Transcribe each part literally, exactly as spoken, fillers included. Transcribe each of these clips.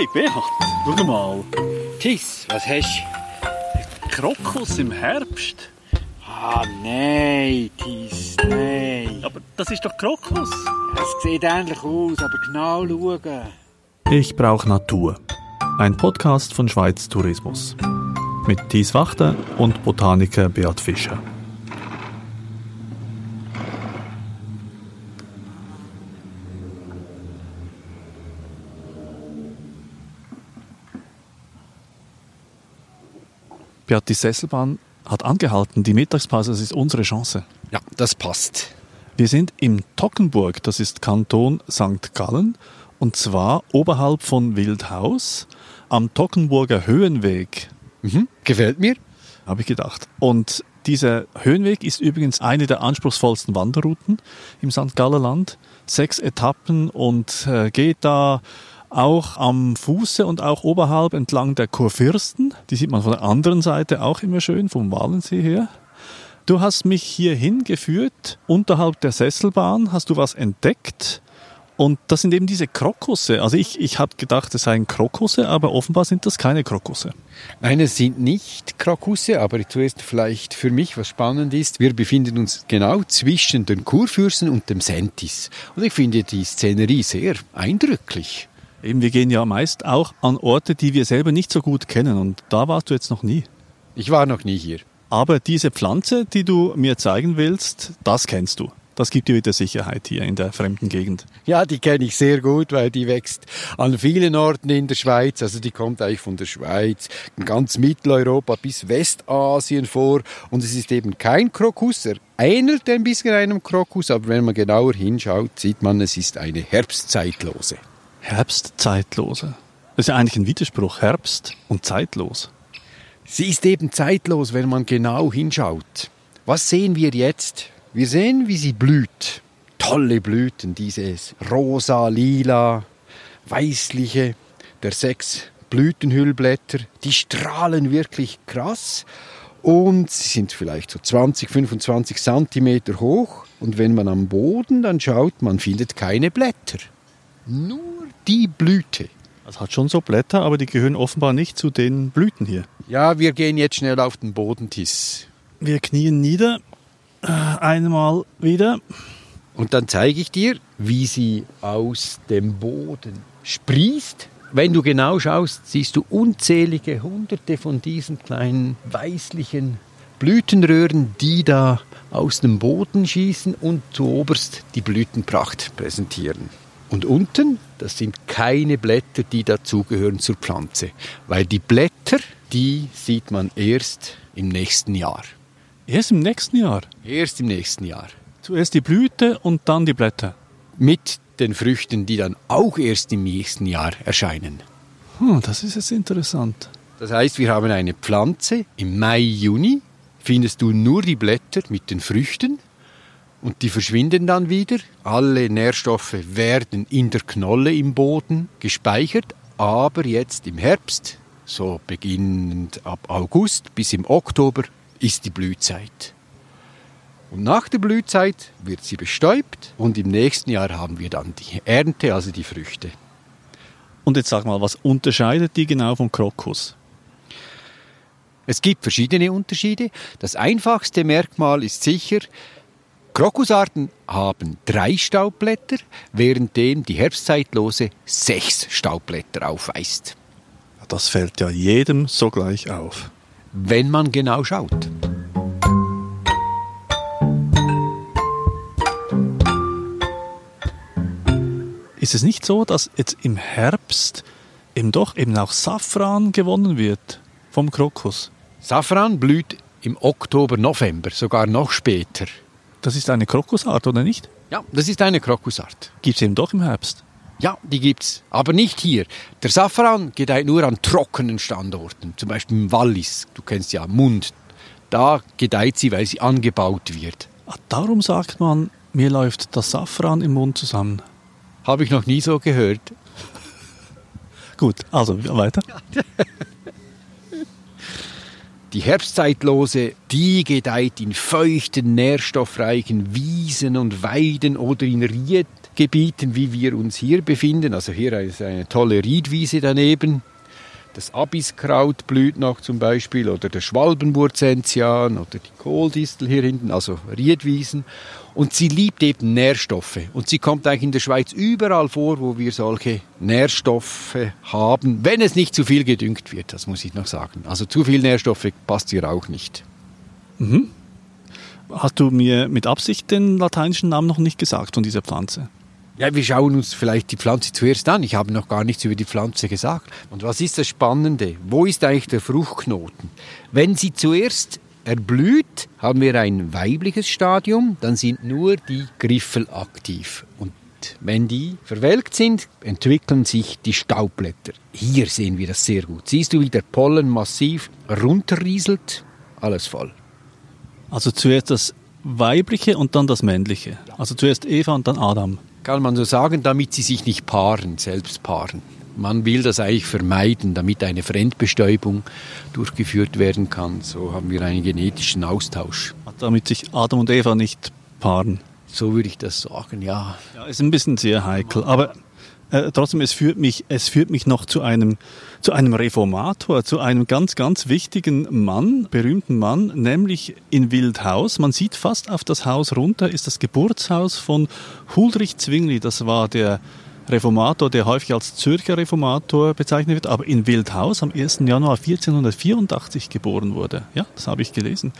Hey Beat, schau mal. Tis, was hast Krokus im Herbst. du? Ah, nein, Tis, nein. Aber das ist doch Krokus. Es sieht ähnlich aus, aber genau schauen. Ich brauche Natur. Ein Podcast von Schweiz Tourismus. Mit Thies Wachter und Botaniker Beat Fischer. Beat, die Sesselbahn hat angehalten. Die Mittagspause, das ist unsere Chance. Ja, das passt. Wir sind im Toggenburg, das ist Kanton Sankt Gallen, und zwar oberhalb von Wildhaus am Toggenburger Höhenweg, Mhm. Gefällt mir. habe ich gedacht. Und dieser Höhenweg ist übrigens eine der anspruchsvollsten Wanderrouten im Sankt Gallerland. Sechs Etappen und äh, geht da auch am Fuße und auch oberhalb entlang der Kurfürsten. Die sieht man von der anderen Seite auch immer schön, vom Walensee her. Du hast mich hierhin geführt, unterhalb der Sesselbahn hast du was entdeckt. Und das sind eben diese Krokusse. Also ich, ich habe gedacht, es seien Krokusse, aber offenbar sind das keine Krokusse. Nein, es sind nicht Krokusse, aber zuerst vielleicht für mich, was spannend ist, wir befinden uns genau zwischen den Kurfürsten und dem Sentis. Und ich finde die Szenerie sehr eindrücklich. Eben, wir gehen ja meist auch an Orte, die wir selber nicht so gut kennen. Und da warst du jetzt noch nie. Ich war noch nie hier. Aber diese Pflanze, die du mir zeigen willst, das kennst du. Das gibt dir wieder Sicherheit hier in der fremden Gegend. Ja, die kenne ich sehr gut, weil die wächst an vielen Orten in der Schweiz. Also die kommt eigentlich von der Schweiz, in ganz Mitteleuropa bis Westasien vor. Und es ist eben kein Krokus. Er ähnelt ein bisschen einem Krokus, aber wenn man genauer hinschaut, sieht man, es ist eine Herbstzeitlose. Herbstzeitlose. Das ist ja eigentlich ein Widerspruch. Herbst und zeitlos. Sie ist eben zeitlos, wenn man genau hinschaut. Was sehen wir jetzt? Wir sehen, wie sie blüht. Tolle Blüten, dieses rosa, lila, weißliche der sechs Blütenhüllblätter. Die strahlen wirklich krass und sie sind vielleicht so zwanzig, fünfundzwanzig Zentimeter hoch. Und wenn man am Boden dann schaut, man findet keine Blätter. Nur die Blüte. Es hat schon so Blätter, aber die gehören offenbar nicht zu den Blüten hier. Ja, wir gehen jetzt schnell auf den Boden, Tis. Wir knien nieder. Äh, einmal wieder. Und dann zeige ich dir, wie sie aus dem Boden sprießt. Wenn du genau schaust, siehst du unzählige Hunderte von diesen kleinen weißlichen Blütenröhren, die da aus dem Boden schießen und zuoberst die Blütenpracht präsentieren. Und unten, das sind keine Blätter, die dazugehören zur Pflanze, weil die Blätter, die sieht man erst im nächsten Jahr. Erst im nächsten Jahr. Erst im nächsten Jahr. Zuerst die Blüte und dann die Blätter. Mit den Früchten, die dann auch erst im nächsten Jahr erscheinen. Hm, das ist jetzt interessant. Das heißt, wir haben eine Pflanze, im Mai, Juni findest du nur die Blätter mit den Früchten und die verschwinden dann wieder. Alle Nährstoffe werden in der Knolle im Boden gespeichert, aber jetzt im Herbst, so beginnend ab August bis im Oktober, ist die Blühzeit. Und nach der Blühzeit wird sie bestäubt und im nächsten Jahr haben wir dann die Ernte, also die Früchte. Und jetzt sag mal, was unterscheidet die genau vom Krokus? Es gibt verschiedene Unterschiede. Das einfachste Merkmal ist sicher, Krokusarten haben drei Staubblätter, währenddem die Herbstzeitlose sechs Staubblätter aufweist. Das fällt ja jedem sogleich auf. Wenn man genau schaut. Ist es nicht so, dass jetzt im Herbst eben doch eben auch Safran gewonnen wird vom Krokus? Safran blüht im Oktober, November, sogar noch später. Das ist eine Krokusart, oder nicht? Ja, das ist eine Krokusart. Gibt es eben doch im Herbst? Ja, die gibt's, aber nicht hier. Der Safran gedeiht nur an trockenen Standorten, zum Beispiel im Wallis. Du kennst ja Mund. Da gedeiht sie, weil sie angebaut wird. Ah, darum sagt man, mir läuft das Safran im Mund zusammen. Habe ich noch nie so gehört. Gut, also weiter. Die Herbstzeitlose, die gedeiht in feuchten, nährstoffreichen Wiesen und Weiden oder in Riedgebieten, wie wir uns hier befinden. Also hier ist eine tolle Riedwiese daneben. Das Abiskraut blüht noch zum Beispiel oder der Schwalbenwurzenzian oder die Kohldistel hier hinten, also Riedwiesen. Und sie liebt eben Nährstoffe. Und sie kommt eigentlich in der Schweiz überall vor, wo wir solche Nährstoffe haben, wenn es nicht zu viel gedüngt wird, das muss ich noch sagen. Also zu viel Nährstoffe passt ihr auch nicht. Mhm. Hast du mir mit Absicht den lateinischen Namen noch nicht gesagt von dieser Pflanze? Ja, wir schauen uns vielleicht die Pflanze zuerst an. Ich habe noch gar nichts über die Pflanze gesagt. Und was ist das Spannende? Wo ist eigentlich der Fruchtknoten? Wenn sie zuerst erblüht, haben wir ein weibliches Stadium, dann sind nur die Griffel aktiv. Und wenn die verwelkt sind, entwickeln sich die Staubblätter. Hier sehen wir das sehr gut. Siehst du, wie der Pollen massiv runterrieselt? Alles voll. Also zuerst das weibliche und dann das männliche. Also zuerst Eva und dann Adam. Kann man so sagen, damit sie sich nicht paaren, selbst paaren. Man will das eigentlich vermeiden, damit eine Fremdbestäubung durchgeführt werden kann. So haben wir einen genetischen Austausch. Damit sich Adam und Eva nicht paaren. So würde ich das sagen, ja. Ja, ist ein bisschen sehr heikel, aber äh, trotzdem, es führt mich, es führt mich noch zu einem, zu einem Reformator, zu einem ganz, ganz wichtigen Mann, berühmten Mann, nämlich in Wildhaus. Man sieht fast auf das Haus runter, ist das Geburtshaus von Huldrych Zwingli. Das war der Reformator, der häufig als Zürcher Reformator bezeichnet wird, aber in Wildhaus am ersten Januar vierzehnhundertvierundachtzig geboren wurde. Ja, das habe ich gelesen.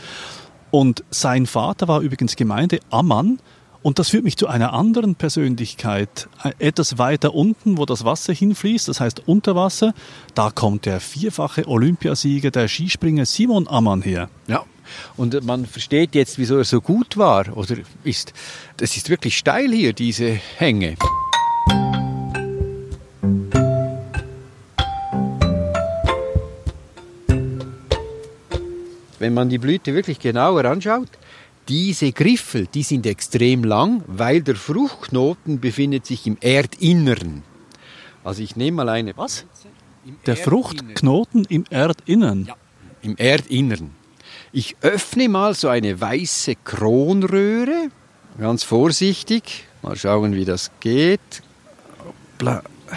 Und sein Vater war übrigens Gemeindeammann. Und das führt mich zu einer anderen Persönlichkeit. Etwas weiter unten, wo das Wasser hinfließt, das heißt unter Wasser, da kommt der vierfache Olympiasieger, der Skispringer Simon Ammann her. Ja, und man versteht jetzt, wieso er so gut war oder ist. Das ist wirklich steil hier, diese Hänge. Wenn man die Blüte wirklich genauer anschaut, diese Griffel, die sind extrem lang, weil der Fruchtknoten befindet sich im Erdinneren. Also ich nehme mal eine... Was? Der Fruchtknoten im Erdinnern? Ja, im Erdinneren. Ich öffne mal so eine weiße Kronröhre, ganz vorsichtig. Mal schauen, wie das geht. Hoppla.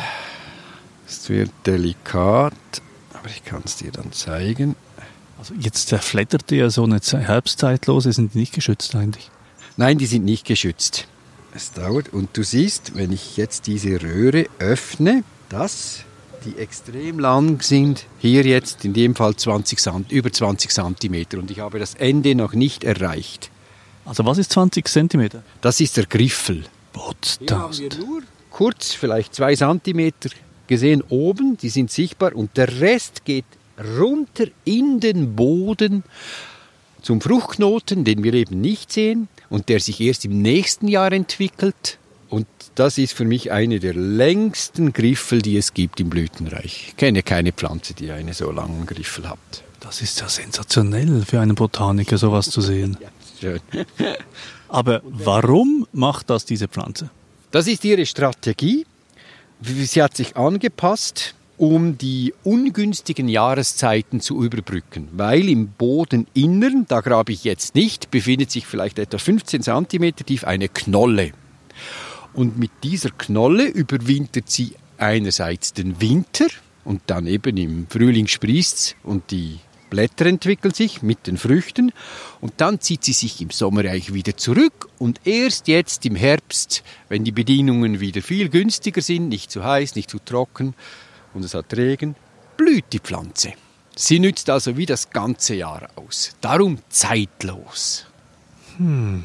Es wird delikat, aber ich kann es dir dann zeigen. Also jetzt zerflettert ja so eine Herbstzeitlose, sind die nicht geschützt eigentlich? Nein, die sind nicht geschützt. Es dauert und du siehst, wenn ich jetzt diese Röhre öffne, dass die extrem lang sind, hier jetzt in dem Fall zwanzig, über zwanzig Zentimeter und ich habe das Ende noch nicht erreicht. Also was ist zwanzig Zentimeter? Das ist der Griffel. Hier haben wir nur kurz, vielleicht zwei Zentimeter gesehen oben, die sind sichtbar und der Rest geht runter in den Boden zum Fruchtknoten, den wir eben nicht sehen und der sich erst im nächsten Jahr entwickelt. Und das ist für mich eine der längsten Griffel, die es gibt im Blütenreich. Ich kenne keine Pflanze, die einen so langen Griffel hat. Das ist ja sensationell für einen Botaniker, sowas zu sehen. Ja, schön. Aber warum macht das diese Pflanze? Das ist ihre Strategie. Sie hat sich angepasst, um die ungünstigen Jahreszeiten zu überbrücken. Weil im Bodeninnern, da grabe ich jetzt nicht, befindet sich vielleicht etwa fünfzehn Zentimeter tief eine Knolle. Und mit dieser Knolle überwintert sie einerseits den Winter und dann eben im Frühling sprießt's und die Blätter entwickeln sich mit den Früchten und dann zieht sie sich im Sommer eigentlich wieder zurück und erst jetzt im Herbst, wenn die Bedingungen wieder viel günstiger sind, nicht zu heiß, nicht zu trocken, und es hat Regen, blüht die Pflanze. Sie nützt also wie das ganze Jahr aus. Darum zeitlos. Hm.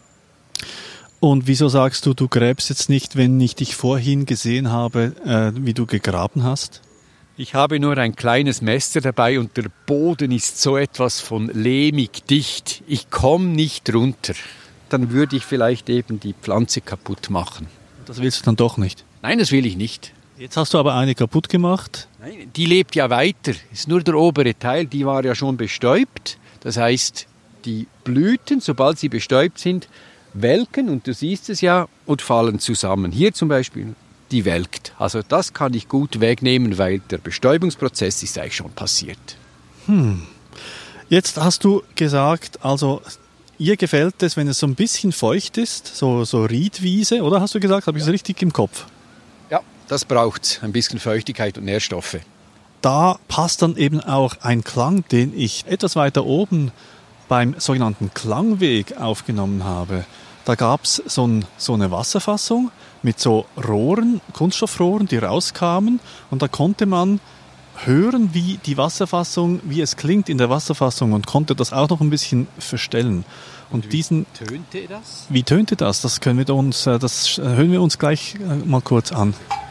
Und wieso sagst du, du gräbst jetzt nicht, wenn ich dich vorhin gesehen habe, äh, wie du gegraben hast? Ich habe nur ein kleines Messer dabei und der Boden ist so etwas von lehmig dicht. Ich komme nicht runter. Dann würde ich vielleicht eben die Pflanze kaputt machen. Das willst du dann doch nicht? Nein, das will ich nicht. Jetzt hast du aber eine kaputt gemacht. Nein, die lebt ja weiter. Ist nur der obere Teil, die war ja schon bestäubt. Das heißt, die Blüten, sobald sie bestäubt sind, welken, und du siehst es ja, und fallen zusammen. Hier zum Beispiel, die welkt. Also das kann ich gut wegnehmen, weil der Bestäubungsprozess ist eigentlich schon passiert. Hm. Jetzt hast du gesagt, also ihr gefällt es, wenn es so ein bisschen feucht ist, so, so Riedwiese, oder hast du gesagt? Habe ich es richtig im Kopf? Ja, das braucht ein bisschen Feuchtigkeit und Nährstoffe. Da passt dann eben auch ein Klang, den ich etwas weiter oben beim sogenannten Klangweg aufgenommen habe. Da gab es so, ein, so eine Wasserfassung mit so Rohren, Kunststoffrohren, die rauskamen, und da konnte man hören, wie die Wasserfassung, wie es klingt in der Wasserfassung, und konnte das auch noch ein bisschen verstellen. Und wie diesen, tönte das? wie tönte das? Das können wir uns, das hören wir uns gleich mal kurz an.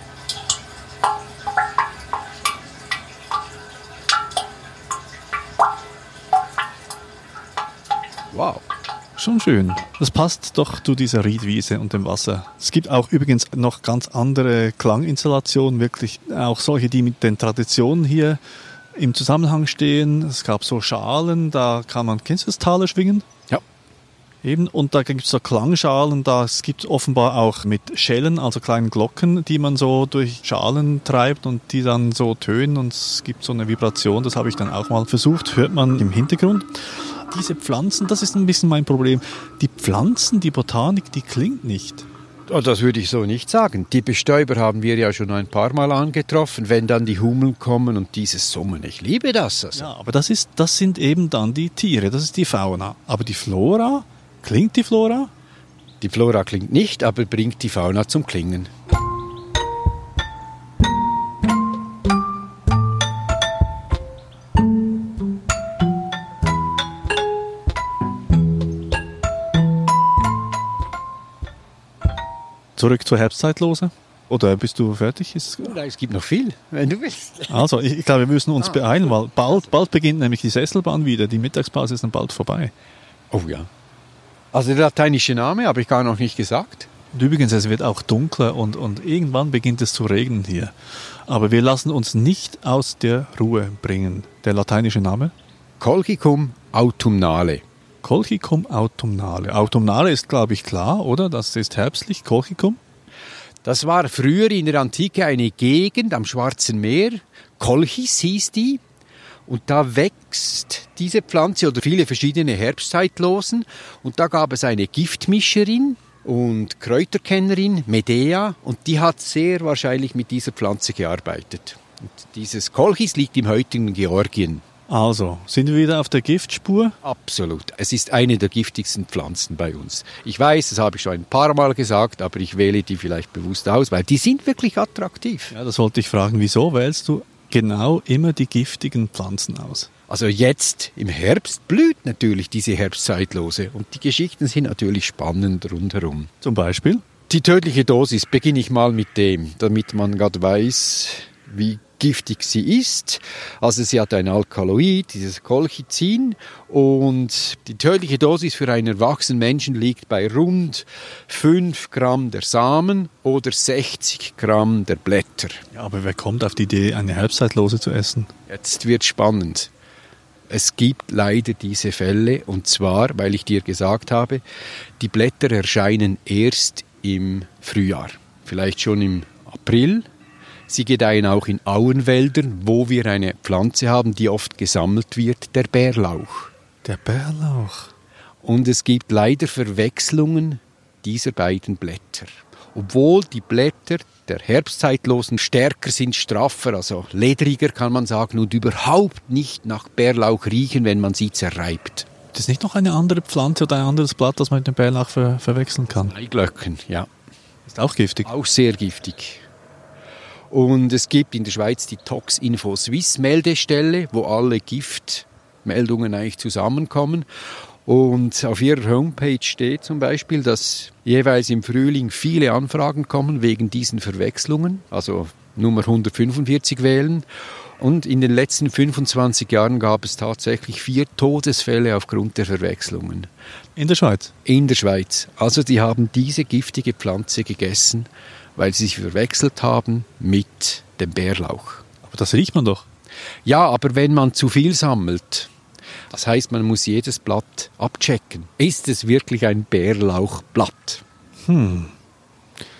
Wow. Schon schön. Das passt doch zu dieser Riedwiese und dem Wasser. Es gibt auch übrigens noch ganz andere Klanginstallationen, wirklich auch solche, die mit den Traditionen hier im Zusammenhang stehen. Es gab so Schalen, da kann man, kennst du das Taler schwingen? Ja. Eben, und da gibt es so Klangschalen, das gibt es offenbar auch mit Schellen, also kleinen Glocken, die man so durch Schalen treibt und die dann so tönen, und es gibt so eine Vibration, das habe ich dann auch mal versucht, hört man im Hintergrund. Diese Pflanzen, das ist ein bisschen mein Problem. Die Pflanzen, die Botanik, die klingt nicht. Oh, das würde ich so nicht sagen. Die Bestäuber haben wir ja schon ein paar Mal angetroffen, wenn dann die Hummeln kommen und dieses Summen. Ich liebe das. Also. Ja, aber das, ist, das sind eben dann die Tiere, das ist die Fauna. Aber die Flora, klingt die Flora? Die Flora klingt nicht, aber bringt die Fauna zum Klingen. Zurück zur Herbstzeitlose? Oder bist du fertig? Ist Nein, es gibt noch viel, wenn du willst. Also, ich, ich glaube, wir müssen uns ah, beeilen, weil bald, bald beginnt nämlich die Sesselbahn wieder. Die Mittagspause ist dann bald vorbei. Oh ja. Also der lateinische Name habe ich gar noch nicht gesagt. Und übrigens, es wird auch dunkler und, und irgendwann beginnt es zu regnen hier. Aber wir lassen uns nicht aus der Ruhe bringen. Der lateinische Name? Colchicum autumnale. Colchicum autumnale. Autumnale ist, glaube ich, klar, oder? Das ist herbstlich, Colchicum. Das war früher in der Antike eine Gegend am Schwarzen Meer. Kolchis hieß die. Und da wächst diese Pflanze oder viele verschiedene Herbstzeitlosen. Und da gab es eine Giftmischerin und Kräuterkennerin, Medea. Und die hat sehr wahrscheinlich mit dieser Pflanze gearbeitet. Und dieses Kolchis liegt im heutigen Georgien. Also, sind wir wieder auf der Giftspur? Absolut. Es ist eine der giftigsten Pflanzen bei uns. Ich weiß, das habe ich schon ein paar Mal gesagt, aber ich wähle die vielleicht bewusst aus, weil die sind wirklich attraktiv. Ja, das wollte ich fragen. Wieso wählst du genau immer die giftigen Pflanzen aus? Also jetzt im Herbst blüht natürlich diese Herbstzeitlose und die Geschichten sind natürlich spannend rundherum. Zum Beispiel? Die tödliche Dosis, beginne ich mal mit dem, damit man gerade weiß, wie giftig sie ist. Also sie hat ein Alkaloid, dieses Colchicin, und die tödliche Dosis für einen erwachsenen Menschen liegt bei rund fünf Gramm der Samen oder sechzig Gramm der Blätter. Ja, aber wer kommt auf die Idee, eine Herbstzeitlose zu essen? Jetzt wird spannend. Es gibt leider diese Fälle, und zwar, weil ich dir gesagt habe, die Blätter erscheinen erst im Frühjahr, vielleicht schon im April. Sie gedeihen auch in Auenwäldern, wo wir eine Pflanze haben, die oft gesammelt wird, der Bärlauch. Der Bärlauch. Und es gibt leider Verwechslungen dieser beiden Blätter. Obwohl die Blätter der Herbstzeitlosen stärker sind, straffer, also ledriger kann man sagen, und überhaupt nicht nach Bärlauch riechen, wenn man sie zerreibt. Das ist nicht noch eine andere Pflanze oder ein anderes Blatt, das man mit dem Bärlauch ver- verwechseln kann? Eiglöcken, ja. Ist auch giftig. Auch sehr giftig. Und es gibt in der Schweiz die Toxinfo Suisse Meldestelle, wo alle Giftmeldungen eigentlich zusammenkommen. Und auf ihrer Homepage steht zum Beispiel, dass jeweils im Frühling viele Anfragen kommen wegen diesen Verwechslungen, also Nummer hundertfünfundvierzig wählen. Und in den letzten fünfundzwanzig Jahren gab es tatsächlich vier Todesfälle aufgrund der Verwechslungen. In der Schweiz? In der Schweiz. Also die haben diese giftige Pflanze gegessen, weil sie sich verwechselt haben mit dem Bärlauch. Aber das riecht man doch. Ja, aber wenn man zu viel sammelt, das heißt, man muss jedes Blatt abchecken. Ist es wirklich ein Bärlauchblatt? Hm.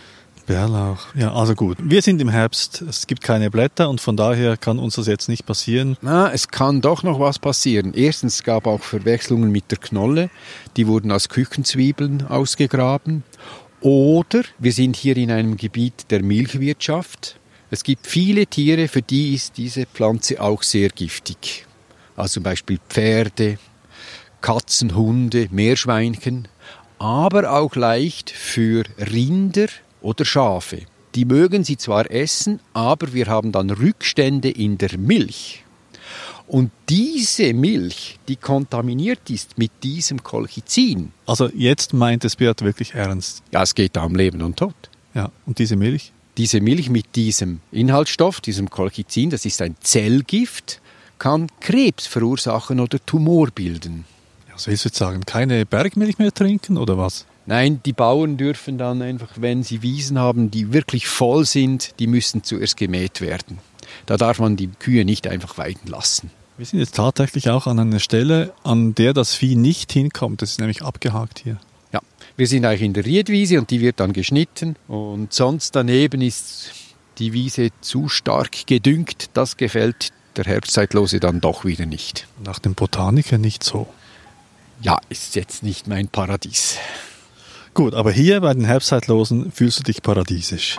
Bärlauch. Ja, also gut. Wir sind im Herbst, es gibt keine Blätter und von daher kann uns das jetzt nicht passieren. Na, es kann doch noch was passieren. Erstens gab auch Verwechslungen mit der Knolle. Die wurden als Küchenzwiebeln ausgegraben. Oder wir sind hier in einem Gebiet der Milchwirtschaft. Es gibt viele Tiere, für die ist diese Pflanze auch sehr giftig. Also zum Beispiel Pferde, Katzen, Hunde, Meerschweinchen. Aber auch leicht für Rinder oder Schafe. Die mögen sie zwar essen, aber wir haben dann Rückstände in der Milch. Und diese Milch, die kontaminiert ist mit diesem Kolchicin. Also jetzt meint es Beat wirklich ernst. Ja, es geht da um Leben und Tod. Ja, und diese Milch? Diese Milch mit diesem Inhaltsstoff, diesem Kolchicin, das ist ein Zellgift, kann Krebs verursachen oder Tumor bilden. Also willst du jetzt sagen, keine Bergmilch mehr trinken oder was? Nein, die Bauern dürfen dann einfach, wenn sie Wiesen haben, die wirklich voll sind, die müssen zuerst gemäht werden. Da darf man die Kühe nicht einfach weiden lassen. Wir sind jetzt tatsächlich auch an einer Stelle, an der das Vieh nicht hinkommt. Das ist nämlich abgehakt hier. Ja, wir sind eigentlich in der Riedwiese und die wird dann geschnitten. Und sonst daneben ist die Wiese zu stark gedüngt. Das gefällt der Herbstzeitlose dann doch wieder nicht. Nach dem Botaniker nicht so. Ja, ist jetzt nicht mein Paradies. Gut, aber hier bei den Herbstzeitlosen fühlst du dich paradiesisch.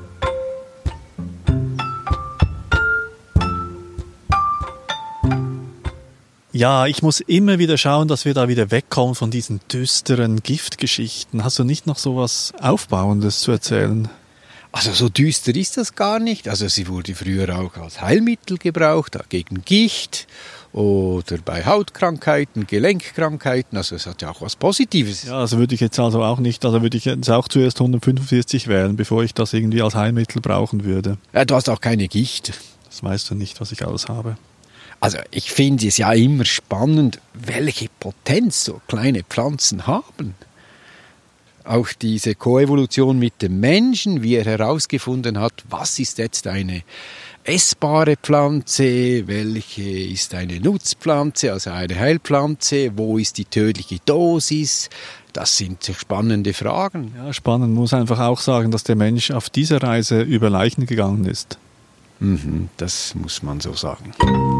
Ja, ich muss immer wieder schauen, dass wir da wieder wegkommen von diesen düsteren Giftgeschichten. Hast du nicht noch so was Aufbauendes zu erzählen? Also so düster ist das gar nicht. Also sie wurde früher auch als Heilmittel gebraucht, gegen Gicht oder bei Hautkrankheiten, Gelenkkrankheiten. Also es hat ja auch was Positives. Ja, also würde ich jetzt also auch nicht, also würde ich jetzt auch zuerst hundertfünfundvierzig wählen, bevor ich das irgendwie als Heilmittel brauchen würde. Ja, du hast auch keine Gicht. Das weißt du nicht, was ich alles habe. Also ich finde es ja immer spannend, welche Potenz so kleine Pflanzen haben. Auch diese Koevolution mit dem Menschen, wie er herausgefunden hat, was ist jetzt eine essbare Pflanze, welche ist eine Nutzpflanze, also eine Heilpflanze, wo ist die tödliche Dosis, das sind spannende Fragen. Ja, spannend, muss einfach auch sagen, dass der Mensch auf dieser Reise über Leichen gegangen ist. Mhm, das muss man so sagen.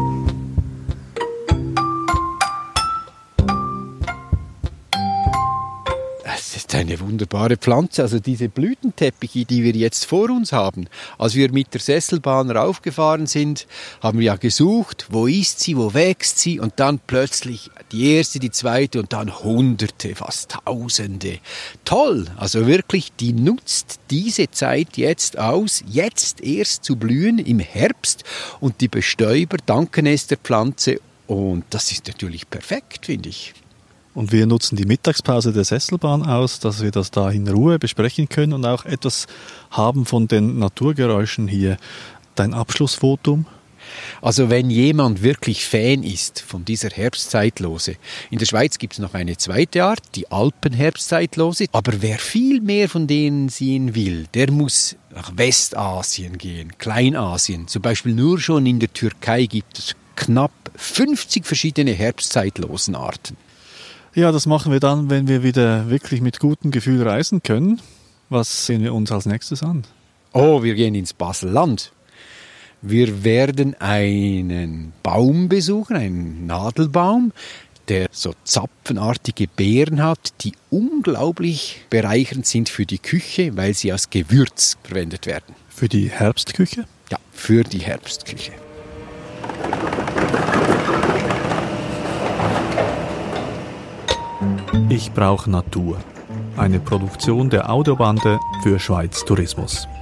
Es ist eine wunderbare Pflanze, also diese Blütenteppiche, die wir jetzt vor uns haben. Als wir mit der Sesselbahn raufgefahren sind, haben wir ja gesucht, wo ist sie, wo wächst sie und dann plötzlich die erste, die zweite und dann Hunderte, fast Tausende. Toll, also wirklich, die nutzt diese Zeit jetzt aus, jetzt erst zu blühen im Herbst und die Bestäuber danken es der Pflanze und das ist natürlich perfekt, finde ich. Und wir nutzen die Mittagspause der Sesselbahn aus, dass wir das da in Ruhe besprechen können und auch etwas haben von den Naturgeräuschen hier. Dein Abschlussvotum? Also wenn jemand wirklich Fan ist von dieser Herbstzeitlose, in der Schweiz gibt es noch eine zweite Art, die Alpenherbstzeitlose, aber wer viel mehr von denen sehen will, der muss nach Westasien gehen, Kleinasien. Zum Beispiel nur schon in der Türkei gibt es knapp fünfzig verschiedene Herbstzeitlosenarten. Ja, das machen wir dann, wenn wir wieder wirklich mit gutem Gefühl reisen können. Was sehen wir uns als nächstes an? Oh, wir gehen ins Baselland. Wir werden einen Baum besuchen, einen Nadelbaum, der so zapfenartige Beeren hat, die unglaublich bereichernd sind für die Küche, weil sie als Gewürz verwendet werden. Für die Herbstküche? Ja, für die Herbstküche. Ich brauche Natur. Eine Produktion der Audiobande für Schweiz Tourismus.